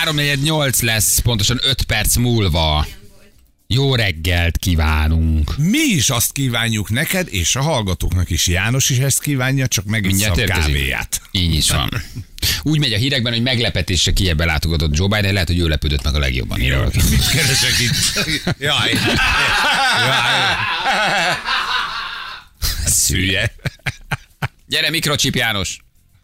3:48 lesz, pontosan 5 perc múlva. Jó reggelt kívánunk. Mi is azt kívánjuk neked, és a hallgatóknak is. János is ezt kívánja, csak megissza a kávéját. Így is van. Úgy megy a hírekben, hogy meglepetésre Kijevbe látogatott Joe Biden, lehet, hogy ő lepődött meg a legjobban. Mit keresek itt? Jaj. Szülje. Gyere, mikrochip János.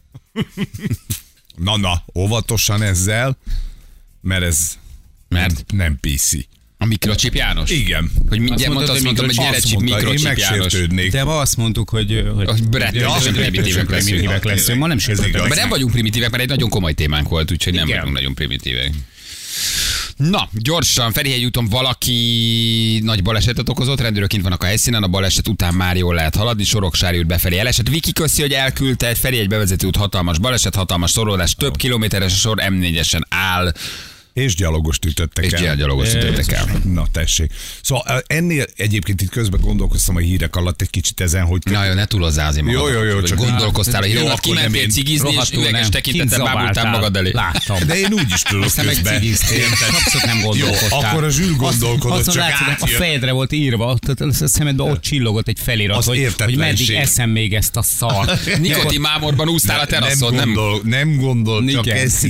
Na, óvatosan ezzel, mert ez nem PC. A mikrochip János? Igen. Hogy mindjárt azt mondtam, hogy gyere chip, mikrochip János. De ma azt mondtuk, hogy rettenetesen primitívek leszünk. Ma nem sértődünk. De nem vagyunk primitívek, mert egy nagyon komoly témánk volt, úgyhogy nem vagyunk nagyon primitívek. Na, gyorsan, Ferihegy úton valaki nagy balesetet okozott, rendőrök kint vannak a helyszínen, a baleset után már jól lehet haladni, Soroksári út befelé elesett. Viki köszi, hogy elküldte, egy Ferihegy bevezető út hatalmas baleset, hatalmas szorolás, több kilométeres a sor, M4-esen áll. És gyalogost ütöttek el. És gyalogost ütöttek el. Na tessék. Szóval ennél egyébként itt közben gondolkoztam a hírek alatt egy kicsit ezen, hogy... Na jó, ne túlozzál azért magad. Jó, csak gondolkoztál a hírek alatt, kimentél cigizni, és üveges tekintettel bábultál magad elé. Láttam. De én úgy is tudok közben. Abszolút nem gondolkoztál. Jó, akkor a Zsül gondolkodott, csak átjött. A fejedre volt írva, a szemedben ott csillogott egy felirat, hogy meddig eszem még ezt a szart. Nikoti mámorban úsztál a teraszon, nem gondol, csak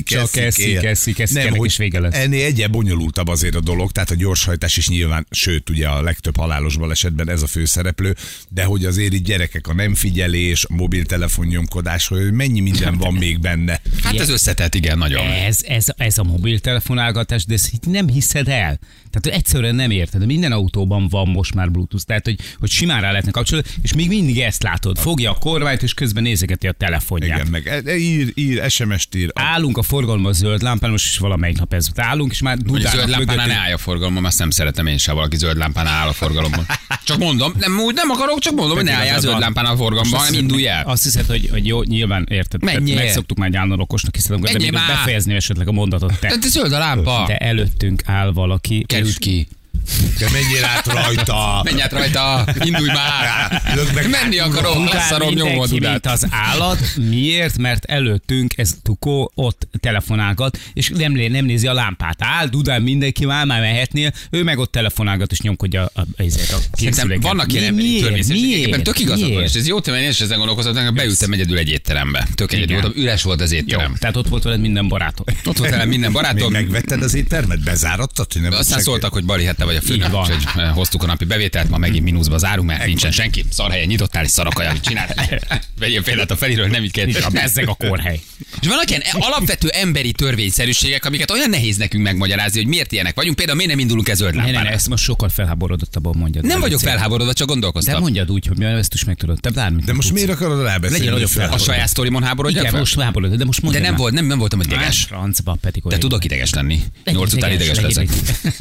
eszik, és vége lesz. Ennél egyéb bonyolultabb azért a dolog, tehát a gyorshajtás is nyilván, sőt ugye a legtöbb halálos balesetben ez a főszereplő, de hogy azért itt gyerekek a nem figyelés, a mobiltelefonnyomkodás, hogy mennyi minden van még benne. Hát ez összetett, igen, nagyon. Ez a mobiltelefonálgatás, de ezt nem hiszed el. Tehát egyszerűen nem érted, minden autóban van most már Bluetooth, tehát hogy simán rá lehetne kapcsolni, és még mindig ezt látod. Fogja a kormányt, és közben nézegeti a telefonját. Igen, meg ír, SMS-t ír. Állunk a forgalomban zöld lámpán, most is valamelyik nap ez. Állunk, és már dudálnak. Zöld lámpánál ne állj a forgalomban, azt nem szeretem én sem, valaki zöld lámpánál áll a forgalomban. Csak mondom, nem akarok, csak mondom, hogy ne álljál zöld lámpánál a forgalomban, hanem indulj el. Azt hiszed, hogy jó, nyilván érted. Megszoktuk már nyilván okosnak, hiszen de még befejezni esetleg a mondatot te. De zöld a lámpa. De előttünk áll valaki. Került ki. De menjél át rajta! Menj át rajta! Indulj már! Menni akarok, leszarom nyomod mint az állat. Miért? Mert előttünk ez Tukó ott telefonálgat, és nem nézi a lámpát. Áll, dudál mindenki, már mehetnél, ő meg ott telefonálgat, és nyomkodja a készüléket. Vannak ilyen törvényszerűségek. Tök igazad van, és ez jó, én is ezen gondolkoztam, beültem egyedül egy étterembe. Tök egyedül voltam, üres volt az étterem. Tehát ott volt veled minden barátod. Ott volt veled minden barátom. Megvetted az éttermet? Bezáradtad? Aztán szóltak, hogy Bali hette vagy a főnök, úgyhogy hoztuk a napi bevételt, ma megint mínuszba zárunk, mert nincsen senki. Szarhelyen nyitottál, és szarakaját csináltál. Vegyél példát a Feriről, nem így kell. Bezzeg a kórhely. És vannak ilyen alapvető emberi törvényszerűségek, amiket olyan nehéz nekünk megmagyarázni, hogy miért ilyenek vagyunk. Például miért nem indulunk ez zöld lámpára? Ne, ezt most sokkal felháborodottabban mondjad. Nem vagyok felháborodva, csak gondolkoztam. De mondjad úgy, hogy ezt is megtudod. De most miért akarod rábeszélni? A saját sztorimon háborodjak fel? Most háborodott, de most mondjad. De nem voltam ideges. Francba pedig. De tudok ideges lenni. 8 után ideges leszek.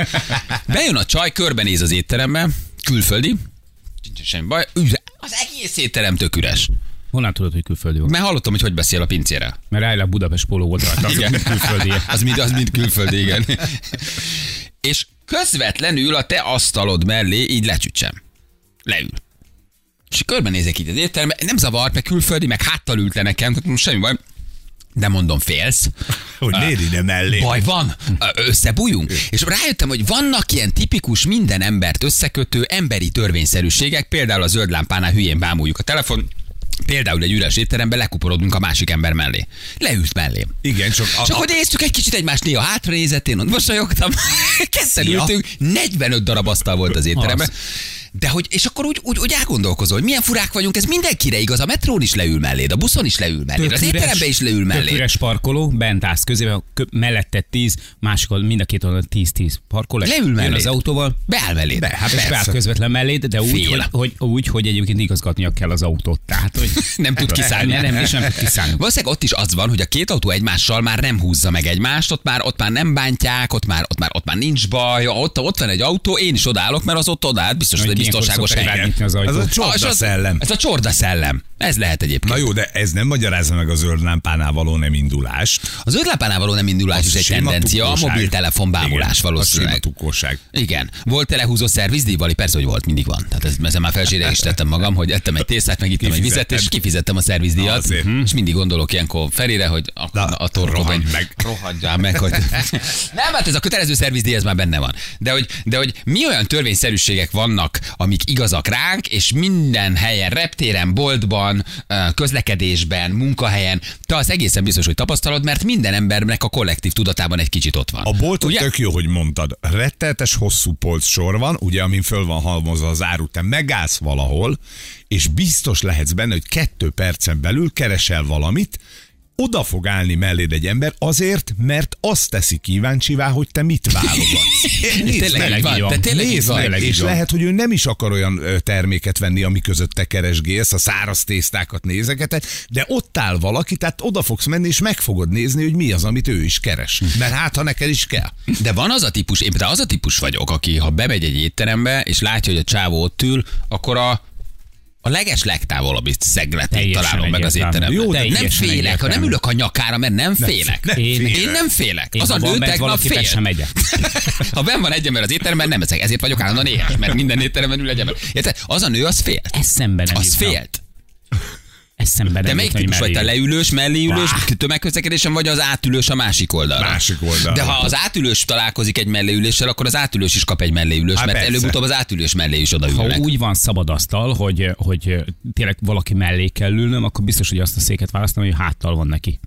Bejön a csaj, körbenéz az étterembe, külföldi, nincs semmi baj, az egész étterem tök üres. Honnan tudod, hogy külföldi van? Mert hallottam, hogy beszél a pincérrel. Mert rájlag Budapest póló volt rajta, igen. Külföldi. Az mind külföldi, igen. És közvetlenül a te asztalod mellé így lecsütsem. Leül. És körbenézek így az étterembe, nem zavart, meg külföldi, meg háttal ült le nekem, semmi baj. De mondom, félsz. Hogy miért ide mellé? Baj van, összebújunk. És rájöttem, hogy vannak ilyen tipikus minden embert összekötő emberi törvényszerűségek, például a zöld lámpánál hülyén bámuljuk a telefon, például egy üres étteremben lekuporodunk a másik ember mellé. Leült mellém. Igen, csak hogy néztük egy kicsit egymást, néha hátra nézett, én ott mosolyogtam. Ketten ültünk, 45 darab asztal volt az étteremben. De hogy, és akkor úgy elgondolkozol, hogy milyen furák vagyunk, ez mindenkire igaz, a metrón is leül melléd, a buszon is leül melléd, az étteremben is leül melléd. Tök üres parkoló, bent állsz közében, mellette 10, másikon mind a két oldalon 10-10 parkoló. Leül melléd. Az autóval. Beáll melléd. Hát beáll közvetlen melléd, de úgy, hogy egyébként igazgatnia kell az autót. Tehát, hogy nem tud kiszállni. Nem tud kiszállni. Valószínűleg ott is az van, hogy a két autó egymással már nem húzza meg egymást, ott már nem bántják, ott már nincs baj, ott van egy autó, én is odállok, mert az ott odállt, biztos, hogy biztonságos hely. Ez a csorda szellem. Ez a csorda szellem. Ez lehet egyébként. Na jó, de ez nem magyarázza meg a zöld lámpánál való nem indulást. A zöld lámpánál való nem indulás is egy tendencia, a mobiltelefon bámulás valószínűleg. Igen. Volt telehúzó szervizdíj, Vali? Persze, hogy volt, mindig van. Tehát ezzel már felsére is tettem magam, hogy ettem egy tésztát, meg ittem egy vizet, és kifizettem a szervizdíjat. És mindig gondolok ilyenkor Ferire, hogy attól rohadjál meg, hogy... Nem, hát ez a kötelező szervizdíj, ez már benne van. De hogy mi olyan törvényszerűségek vannak, amik igazak ránk, és minden helyen, reptéren, boltban, közlekedésben, munkahelyen, te az egészen biztos, hogy tapasztalod, mert minden embernek a kollektív tudatában egy kicsit ott van. A bolton tök jó, hogy mondtad. Retteltes hosszú polcsor van, ugye, amin föl van halmozva az áru, te megállsz valahol, és biztos lehetsz benne, hogy 2 percen belül keresel valamit, oda fog állni melléd egy ember azért, mert azt teszi kíváncsivá, hogy te mit válogatsz. Nézd meg, és lehet, hogy ő nem is akar olyan terméket venni, ami között te keresgélsz, a száraz tésztákat nézegeted, de ott áll valaki, tehát oda fogsz menni, és meg fogod nézni, hogy mi az, amit ő is keres. Mert hát, ha neked is kell. De van az a típus, én például az a típus vagyok, aki ha bemegy egy étterembe, és látja, hogy a csávó ott ül, akkor a legtávolabbi szegletét találom meg az étteremben. Jó, de nem félek, ha nem ülök a nyakára, mert nem félek. Én nem félek. Az a nő tegnap fél. Ha benn van egy ember az étteremben, nem ezek. Ezért vagyok állandóan éhes, mert minden étteremben ül egy ember. Érted? Az a nő, az félt. Az félt. De melyik típus vagy? Te leülős, melléülős, tömegközlekedésen, vagy az átülős a másik oldalra? Másik oldalra. De ha az átülős találkozik egy melléüléssel, akkor az átülős is kap egy melléülős, mert előbb-utóbb az átülős mellé is odaülnek. Ha úgy van szabad asztal, hogy tényleg valaki mellé kell ülnöm, akkor biztos, hogy azt a széket választom, hogy háttal van neki.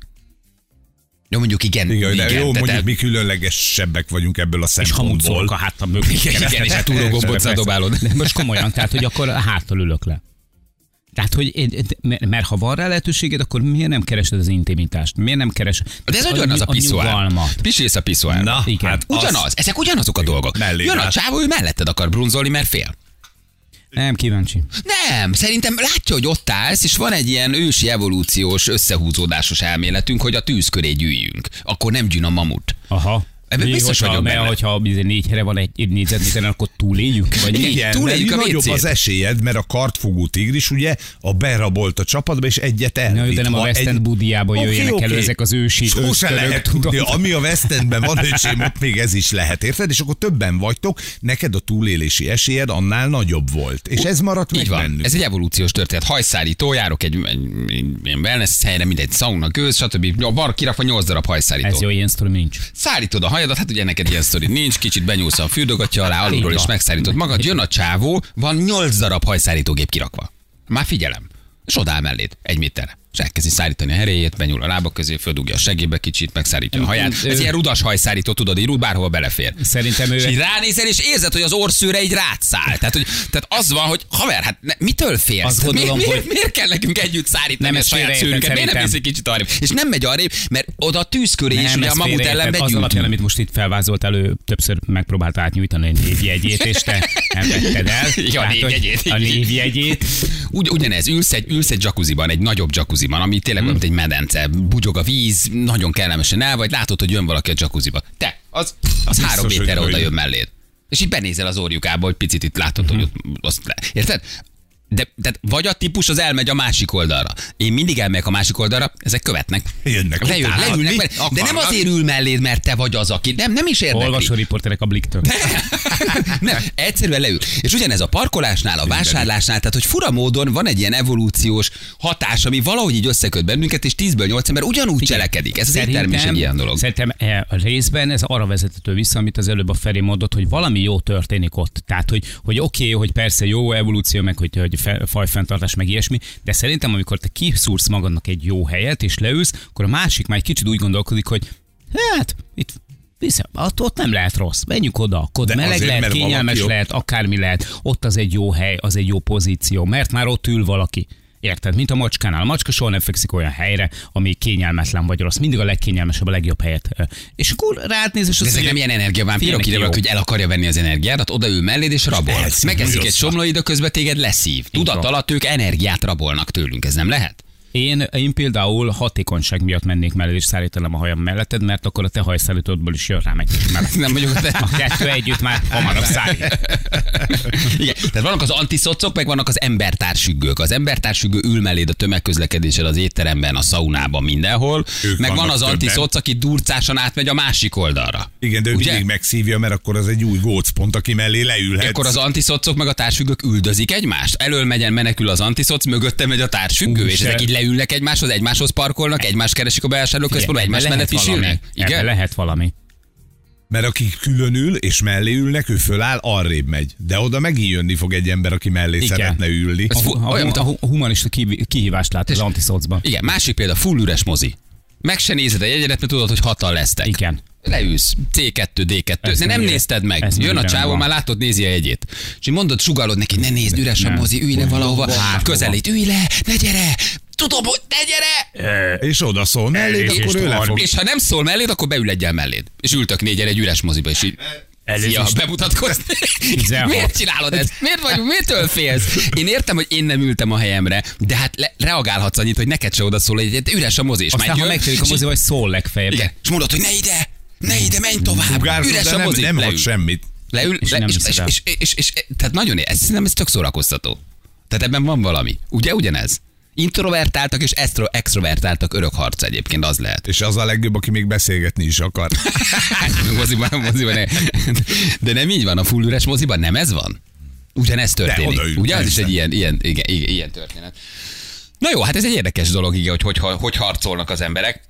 Jó, mondjuk igen. Jó, mondjuk mi különlegesebbek vagyunk ebből a szempontból. És hamutszolok a háttal mögé. Igen, és a túrógombot zadobálod. Most komolyan, tehát hogy akkor háttal ülök le. Tehát, hogy, mert ha van rá lehetőséged, akkor miért nem keresed az intimitást? Miért nem keresed de ez ugyanaz a piszoár. Pisilsz a piszoár. Na, igen. Hát ugyanaz. Ezek ugyanazok a dolgok. Jön a csávó, ő melletted akar brunzolni, mert fél. Nem kíváncsi. Nem, szerintem látja, hogy ott állsz, és van egy ilyen ősi evolúciós, összehúzódásos elméletünk, hogy a tűz köré gyűjjünk. Akkor nem gyűn a mamut. Aha. Ebben biztos vagyok benne. Hogyha 4 helyre van egy négyzetméteren, akkor túléljük? Vagy igen, túléljük nagyobb az esélyed, mert a kartfogú tigris ugye berabolt a csapatba, és egyet elvitt. De nem a West End budiába jöjjenek elő ezek az ősi sose lehet tudni, ami a West Endben van, öcsém, ott még ez is lehet, érted? És akkor többen vagytok, neked a túlélési esélyed annál nagyobb volt. És ez maradt meg bennünk. Ez egy evolúciós történet. Hajszárító, járok egy wellness helyre, mindegy sauna, gőz, stb. Van kirakva 8 darab hajszárító. Ez jó, ilyen sztori nincs. Szárítod a hajadat, hát ugye neked ilyen sztori nincs, kicsit benyúlsz a fürdőgatja alá, alulról is megszárítod magad, jön a csávó, van 8 darab hajszárítógép kirakva. Már figyelem. És odáll melléd, 1 méterre. És elkezdi szárítani a heréjét, benyúl a lábak közé, földugja a segébe kicsit, megszárítja a haját. Ez ilyen rudas hajszárító, tudod, így bárhova belefér. Szerintem ő... És így ránézel, és érzed, hogy az orrszőre így rátszál. Tehát az van, hogy haver, hát mitől félsz? Azt gondolom, miért kell nekünk együtt szárítani a saját szőrünket? Miért nem mész egy kicsit arrébb? És nem megy arrébb, mert oda a tűz köré is, ugye a mamut ellen begyűjtünk. Az alapján, amit most itt felvázolt elő, többször megpróbált átnyújtani a névjegyét, és te nem vetted el. A névjegyét. Ugyanez, ülsz egy jacuzziban, egy nagyobb jacuzziban, ami tényleg mint egy medence, bugyog a víz, nagyon kellemesen el vagy, látod, hogy jön valaki a jacuzziba. Te, az 3 méterre oda jön melléd. És így benézel az orjukába, hogy picit itt látod, hogy azt érted? De vagy a típus az elmegy a másik oldalra. Én mindig elmegyek a másik oldalra, ezek követnek. Leülnek, de nem azért ül melléd, mert te vagy az, aki nem is érdekli. Olvasó riporterek a Blicktől. Nem, egyszerűen leül. És ugyanez a parkolásnál, a vásárlásnál, tehát hogy fura módon van egy ilyen evolúciós hatás, ami valahogy így összeköt bennünket, és 10-ből 8 ember ugyanúgy cselekedik. Ez az étterem is egy ilyen dolog. Szerintem a részben ez arra vezethető vissza, amit az előbb a Feri mondott, hogy valami jó történik ott. Tehát, hogy oké, hogy persze jó evolúció, meg hogy fajfenntartás, meg ilyesmi, de szerintem, amikor te kiszúrsz magadnak egy jó helyet, és leülsz, akkor a másik már egy kicsit úgy gondolkodik, hogy hát, itt ott nem lehet rossz. Menjünk oda, akkor meleg lehet, kényelmes lehet, akármi lehet. Ott az egy jó hely, az egy jó pozíció, mert már ott ül valaki. Érted? Mint a macskánál. A macska soha nem fekszik olyan helyre, ami kényelmetlen vagy rossz. Mindig a legkényelmesebb, a legjobb helyet. És akkor rád néz, és azt ezek nem ilyen energiavámpírok, ide hogy el akarja venni az energiádat, odaül melléd és rabol. Megeszik egy somlóid, közben téged leszív. Tudat alatt ők energiát rabolnak tőlünk. Ez nem lehet? Én például hatékonyság miatt mennék mellé, és szállítanám a hajam melletted, mert akkor a te hajszállítódból is jön rám egy kis mellett. Nem vagyok A kettő együtt már hamarabb szállít. Igen, tehát vannak az antiszocok, meg vannak az embertársfüggők. Az embertársfüggő ül melléd a tömegközlekedésen, az étteremben, a szaunában, mindenhol. Ők meg van vannak az többen. antiszoc, aki durcásan átmegy a másik oldalra. Igen, de ő Ugye? mindig megszívja, mert akkor az egy új gócpont, aki mellé leülhet. Akkor az antiszocok meg a társfüggők üldözik egymást. Elől menekül az antiszoc, mögötte megy a társfüggő, és ezek így leülnek egymáshoz parkolnak, egymást keresik a bevásárlóközpontban, egymás mellett visilnek. Igen, lehet valami. Mert aki külön ül és mellé ülnek, ő föláll, arrébb megy. De oda megint jönni fog egy ember, aki mellé Igen. szeretne ülni. Ez olyan, mint A humanista kihívást lát az antiszocban. Igen, másik példa, full üres mozi. Meg se nézed a jegyedet, mert tudod, hogy 6-an lesztek. Igen. Leülsz, C2, D2, Ez de nem mennyire- nézted meg. ez Jön a mennyire csávó, van. már látod, nézi a jegyét. És így mondod, sugallod neki, ne nézd, üres a Nem. mozi, ülj le valahova, Bárhova. közelít, ülj le, ne gyere, tudom, hogy ne gyere! És oda szól melléd, És akkor ő le fog. És ha nem szól melléd, akkor beül egyel melléd. És ültök négyen egy üres moziba, és így... Szia, bemutatkozni. 16. Miért csinálod ezt? Mitől félsz? Én értem, hogy én nem ültem a helyemre, de hát reagálhatsz annyit, hogy neked se odaszól, hogy üres a mozi, és Aztán, már ha jön, megtörik a és mozi, vagy szól legfeljebb. igen, és mondod, hogy ne ide, menj tovább. Sugárzott, Üres de a nem, mozi. nem Leül. ad semmit. Leül, És nem hiszed el. és tehát nagyon, szerintem ez tök szórakoztató. Tehát ebben van valami. Ugye ugyanez? Introvertáltak és extrovertáltak örök harc egyébként, az lehet. És az a legjobb, aki még beszélgetni is akar. moziban ne. De nem így van, a full üres moziban nem ez van? Ugyanez történik. odaül, Ugye az is persze. egy ilyen történet. Na jó, hát ez egy érdekes dolog, igen, hogy harcolnak az emberek.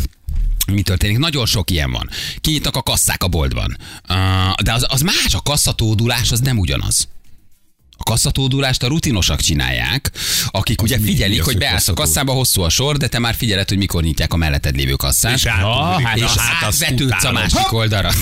Mi történik? Nagyon sok ilyen van. Kinyitnak a kasszák a boltban. De az más, a kasszatódulás az nem ugyanaz. A kasszatódulást a rutinosak csinálják, akik ugye mi figyelik, az, hogy hogy beállsz a kasszatód? kasszába, hosszú a sor, de te már figyeled, hogy mikor nyitják a melletted lévő kasszát. És átugrik. hát és azt átvetődsz a utálom. másik oldalra.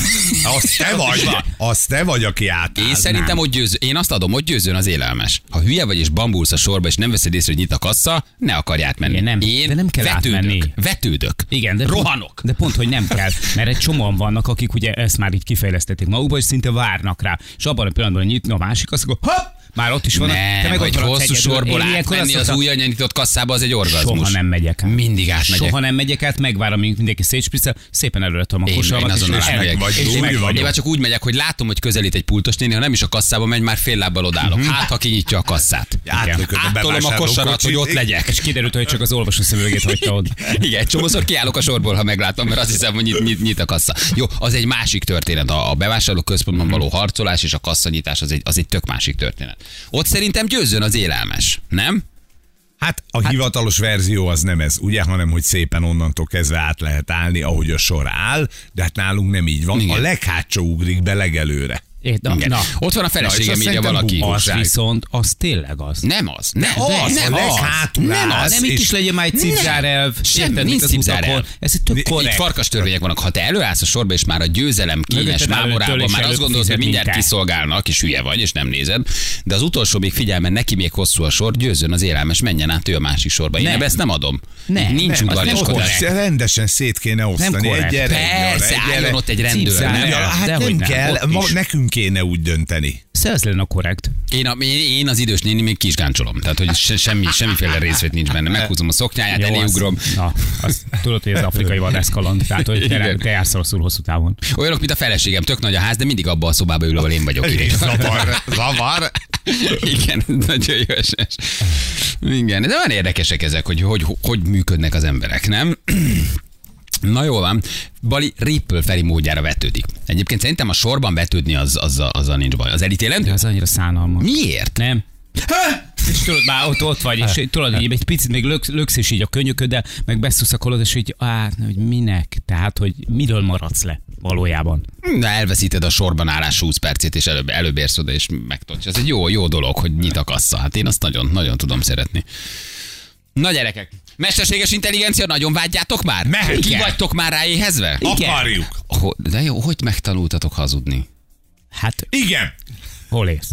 Az te vagy, aki átáll. Én szerintem, hogy én azt adom, hogy győzön az élelmes. Ha hülye vagy és bambulsz a sorba, és nem veszed észre, hogy nyit a kassa, ne akarj átmenni. Igen, nem. Én De nem kell átmenni. vetődök. Igen, de rohanok. De pont, hogy nem kell, mert egy csomóan vannak, akik ugye ezt már így kifejlesztették magukba, és szinte várnak rá. És abban a pillanatban, hogy nyitna a másik, azt akkor hopp, már ott is van. Nem, hogy ott maradsz hosszú egyedül. sorból Én ilyenkor átmenni azt az szoktam- új nyitott kasszába, az egy orgazmus. Soha nem megyek át. Mindig átmegyek. Soha nem megyek át, megvárom, amíg mindenki szétsprisszel, szépen előre tudom a Én kosamat, azonnal és átmegyek. vagy és dúl, meg vagy vagyok. Én már csak úgy megyek, hogy látom, hogy közelít egy pultos néni, ha nem is a kasszába megy, már fél lábbal odállok. Hát, ha kinyitja a kasszát. Átlököd a Áttolom a bevásárlókocsit. kosarat, hogy ott legyek. És kiderült, hogy csak az olvasó szemüvegét hagyta ott. Igen, egy csomószor kiállok a sorból, ha meglátom, mert azt hiszem, hogy nyit a kassa. Jó, az egy másik történet. A bevásárló központban való harcolás és a kasszanyitás az egy tök másik történet. Ott szerintem győzzön az élelmes, nem? Hát a hivatalos verzió az nem ez, ugye, hanem hogy szépen onnantól kezdve át lehet állni, ahogy a sor áll, de hát nálunk nem így van. Igen. A leghátsó ugrik be legelőre. Na, Ott van a Na, feleségem, és azt írja szerintem valaki. bukós. az viszont, az tényleg az. Nem az. Nem az, nem a az. leghátul Nem állsz, az. Nem, itt is legyen már egy cipzárelv. Semmi, érted, nincs mint az cipzárelv. utakon. Ez egy tök Itt korrekt. farkas törvények vannak. Ha te előállsz a sorba, és már a győzelem kényes Mögötted álló mámorában től és már azt előbb gondolod, hogy fizet, mindjárt mint te. kiszolgálnak, és hülye vagy, és nem nézed, de az utolsó még figyelmen neki még hosszú a sor, győzön az élelmes, menjen át ő a másik sorba. Én Nem. ezt nem adom. Nem, Nincs nem, az nem udvariaskodás. korrekt. Rendesen szét kéne osztani. korrekt. Egy gyerek, Persze, álljon ott egy rendőr. Cipzár. nem? Ja, hát Dehogy nem nem, kell, ott is. nekünk kéne úgy dönteni. Ez lenne a korrekt. Én az idős néni még kisgáncsolom, tehát hogy semmiféle részvét nincs benne. Meghúzom a szoknyáját, eléugrom. Azt tudod, hogy az afrikai vadászkaland, tehát hogy te jársz rosszul hosszú távon. Olyanok, mint a feleségem, tök nagy a ház, de mindig abba a szobába ül, ahol én vagyok. Zavar. Igen, nagyon jó esés. Igen, de olyan érdekesek ezek, hogy működnek az emberek, nem? Na jó van, Bali Ripple Feri módjára vetődik. Egyébként szerintem a sorban vetődni azzal nincs baj. Az elítélendő? De az annyira szánalmas. Miért? Nem. És tudod, már ott vagy, és tudod, így egy picit még löksz is így a könyököddel, meg beszuszakolod, és így, hogy minek? Tehát, hogy miről maradsz le valójában? Na, elveszíted a sorban állás 20 percét, és előbb érsz oda, és megtudsz. Ez egy jó dolog, hogy nyit a kassa. Hát én azt nagyon tudom szeretni. Na gyerekek, mesterséges intelligencia, nagyon vágyjátok már? Mehetünk. Ki vagytok már rá éhezve? Igen. Akarjuk. De jó, hogy megtanultatok hazudni? Hát, Igen. hol érsz?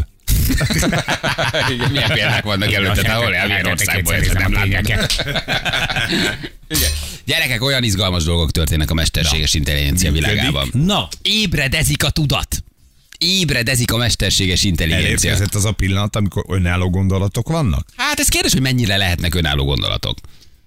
Igen, milyen példák vannak előtted, hol el, milyen országból érted, nem látod. Igen. Gyerekek, olyan izgalmas dolgok történnek a mesterséges intelligencia világában. Na, Ébredezik a tudat. Ébredezik a mesterséges intelligencia. Elérkezett az a pillanat, amikor önálló gondolatok vannak? Hát ez kérdés, hogy mennyire lehetnek önálló gondolatok.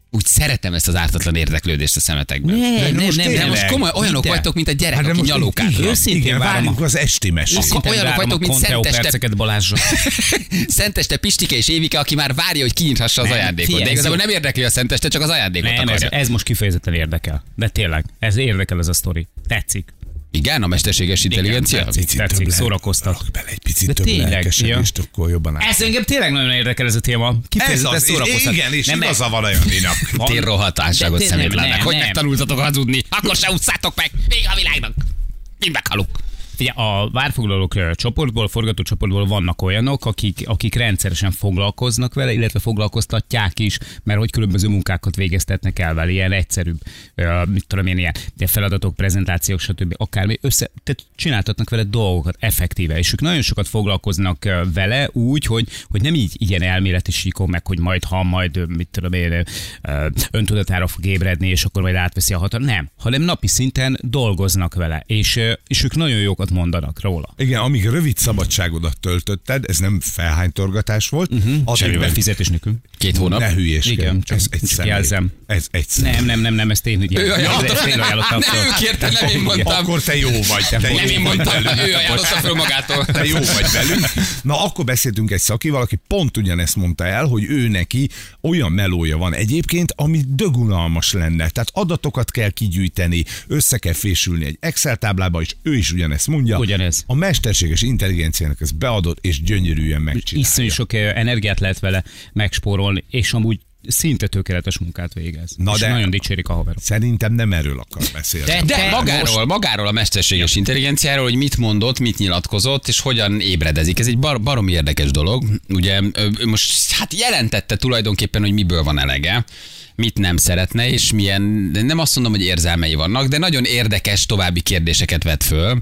úgy szeretem ezt az ártatlan érdeklődést a szemetekben. De most komoly, olyanok vagytok, mint a gyerek, aki nyalókál. Igen, várjuk az esti mesét. Olyanok vagytok, mint Balázsra. Szenteste Pistike és Évike, aki már várja, hogy kinyithassa az ajándékot. De igazából nem érdekli a Szenteste, csak az ajándékot akarja. Ez most kifejezetten érdekel. De tényleg, ez érdekel ez a sztori. Tetszik. Igen, a mesterséges intelligencia? Tetszik, szórakoztat. Bele egy picit több lelkesedést, akkor jobban át. Ez engem tényleg nagyon érdekel ez a téma. Kifejezetten szórakoztat. Igen, és igaza van a Janinak. Tér rohadtálságot szemétlenek. Hogy megtanultatok hazudni? Akkor se ússzátok meg. Vége a világnak. Mind meghalunk. Ugye a várfoglalók csoportból, forgatócsoportból vannak olyanok, akik rendszeresen foglalkoznak vele, illetve foglalkoztatják is, mert hogy különböző munkákat végeztetnek el vele, ilyen egyszerűbb, mit tudom én, ilyen feladatok, prezentációk, stb. Akármi, tehát csináltatnak vele dolgokat effektíve, és ők nagyon sokat foglalkoznak vele úgy, hogy nem így ilyen elméleti síkon, meg hogy majd mit tudom én, öntudatára fog ébredni, és akkor majd átveszi a hatalmat. Nem, hanem napi szinten dolgoznak vele, és ők nagyon jókat mondanak róla. Igen, amíg rövid szabadságodat töltötted, ez nem felhánytorgatás volt. Semmivel fizetés nélkül. 2 hónap. Ne hülyéskedj. Igen, ez egy csak jelzem. Ez egy személy. Nem, ezt én Ő ajánlotta. Nem ő kérte, nem én mondtam. Akkor te jó vagy. Nem én mondtam, ő ajánlotta föl magától. Te jó vagy velünk. Na, akkor beszéltünk egy szakival, aki pont ugyanezt mondta el, hogy ő neki olyan melója van egyébként, ami dögunalmas lenne. Tehát adatokat kell kigyűjteni, össze kell fésülni egy Excel táblába, és ő is ugyanezt mondja. Ugyanez. A mesterséges intelligenciának ez beadott, és gyönyörűen megcsinálja. Iszonyú sok energiát lehet vele megspórolni, és amúgy szinte tökéletes munkát végez. Na és de nagyon dicsérik a haverok. Szerintem nem erről akar beszélni. De magáról a mesterséges intelligenciáról, hogy mit mondott, mit nyilatkozott, és hogyan ébredezik. Ez egy baromi érdekes dolog. Ugye most hát jelentette tulajdonképpen, hogy miből van elege, mit nem szeretne, és milyen, nem azt mondom, hogy érzelmei vannak, de nagyon érdekes további kérdéseket vet föl,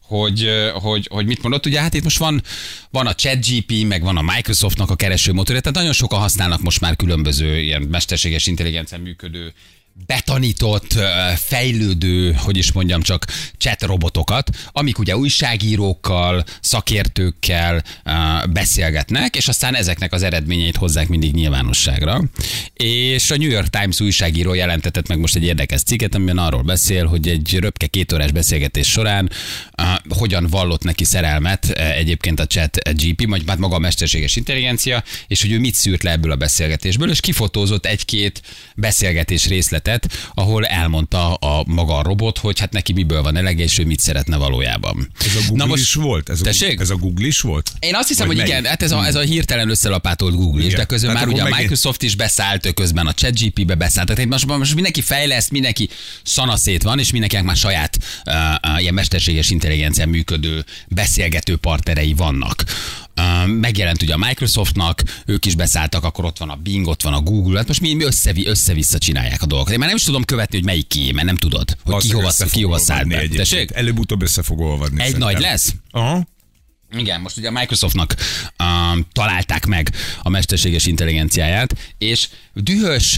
hogy mit mondott. Ugye hát itt most van a ChatGPT, meg van a Microsoftnak a keresőmotorja, tehát nagyon sokan használnak most már különböző ilyen mesterséges intelligencián működő, betanított, fejlődő, hogy is mondjam csak, chat robotokat, amik ugye újságírókkal, szakértőkkel beszélgetnek, és aztán ezeknek az eredményeit hozzák mindig nyilvánosságra. És a New York Times újságíró jelentetett meg most egy érdekes cikket, amiben arról beszél, hogy egy röpke 2 órás beszélgetés során hogyan vallott neki szerelmet egyébként a ChatGPT, vagy hát maga a mesterséges intelligencia, és hogy ő mit szűrt le ebből a beszélgetésből, és kifotózott 1-2 beszélgetés részlet, ahol elmondta a maga a robot, hogy hát neki miből van elege, és ő mit szeretne valójában. Ez a Google is volt? Ez a Google is volt? Én azt hiszem, hogy igen, hát ez a hirtelen összelapátolt Google is, de közben hát már ugye a Microsoft is beszállt, közben a ChatGPT-be beszállt. Tehát most mindenki fejleszt, mindenki szanaszét van, és mindenkinek már saját ilyen mesterséges intelligencián működő beszélgető partnerei vannak. Megjelent ugye a Microsoftnak, ők is beszálltak, akkor ott van a Bing, ott van a Google, hát most mi össze-vissza csinálják a dolgokat. Én már nem is tudom követni, hogy melyik kié, mert nem tudod, hogy ki hova szállt be. Előbb-utóbb össze fog olvadni. Egy nagy lesz? Aha. Igen, most ugye a Microsoftnak találták meg a mesterséges intelligenciáját, és dühös,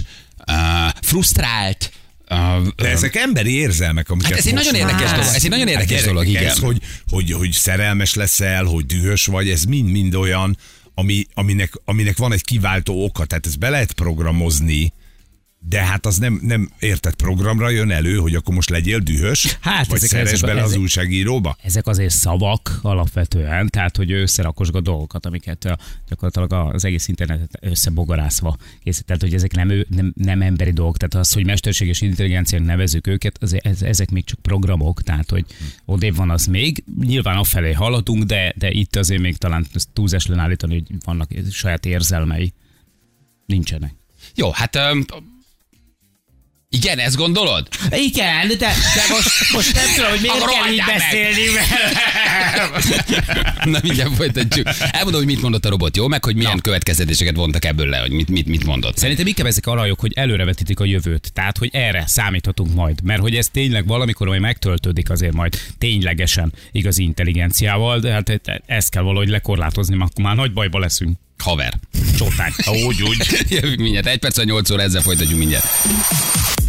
frusztrált, de ezek emberi érzelmek, amiket hát ez egy nagyon érdekes dolog. Ez egy nagyon érdekes dolog, igen. Ez, hogy szerelmes leszel, hogy dühös vagy, ez mind olyan, aminek van egy kiváltó oka. Tehát ezt be lehet programozni, de hát az nem értett programra jön elő, hogy akkor most legyél dühös, hát vagy szeress bele az újságíróba. Ezek azért szavak alapvetően, tehát hogy összerakosgat dolgokat, amiket gyakorlatilag az egész internetet összebogarászva készít. Tehát, hogy ezek nem emberi dolgok. Tehát az, hogy mesterséges intelligenciának nevezzük őket, ezek még csak programok, tehát hogy odébb van az még. Nyilván afelé haladunk, de itt azért még talán túlzás lenne állítani, hogy vannak saját érzelmei. Nincsenek. Jó, hát... Igen, ezt gondolod? Igen, de most nem tudom, hogy miért kell így beszélni velem. Na mindjárt folytatjuk. Elmondom, hogy mit mondott a robot, jó? Meg hogy milyen következtetéseket vontak ebből le, hogy mit mondott. Szerintem inkább ezek aranyok, hogy előrevetítik a jövőt. Tehát, hogy erre számíthatunk majd. Mert hogy ez tényleg valamikor majd megtöltődik azért majd ténylegesen igazi intelligenciával, de hát ezt kell valahogy lekorlátozni, akkor már nagy bajba leszünk. Haver. Csótány. Úgy. Jövünk mindjárt. 1 perc, 8 óra, ezzel folytatjuk mindjárt.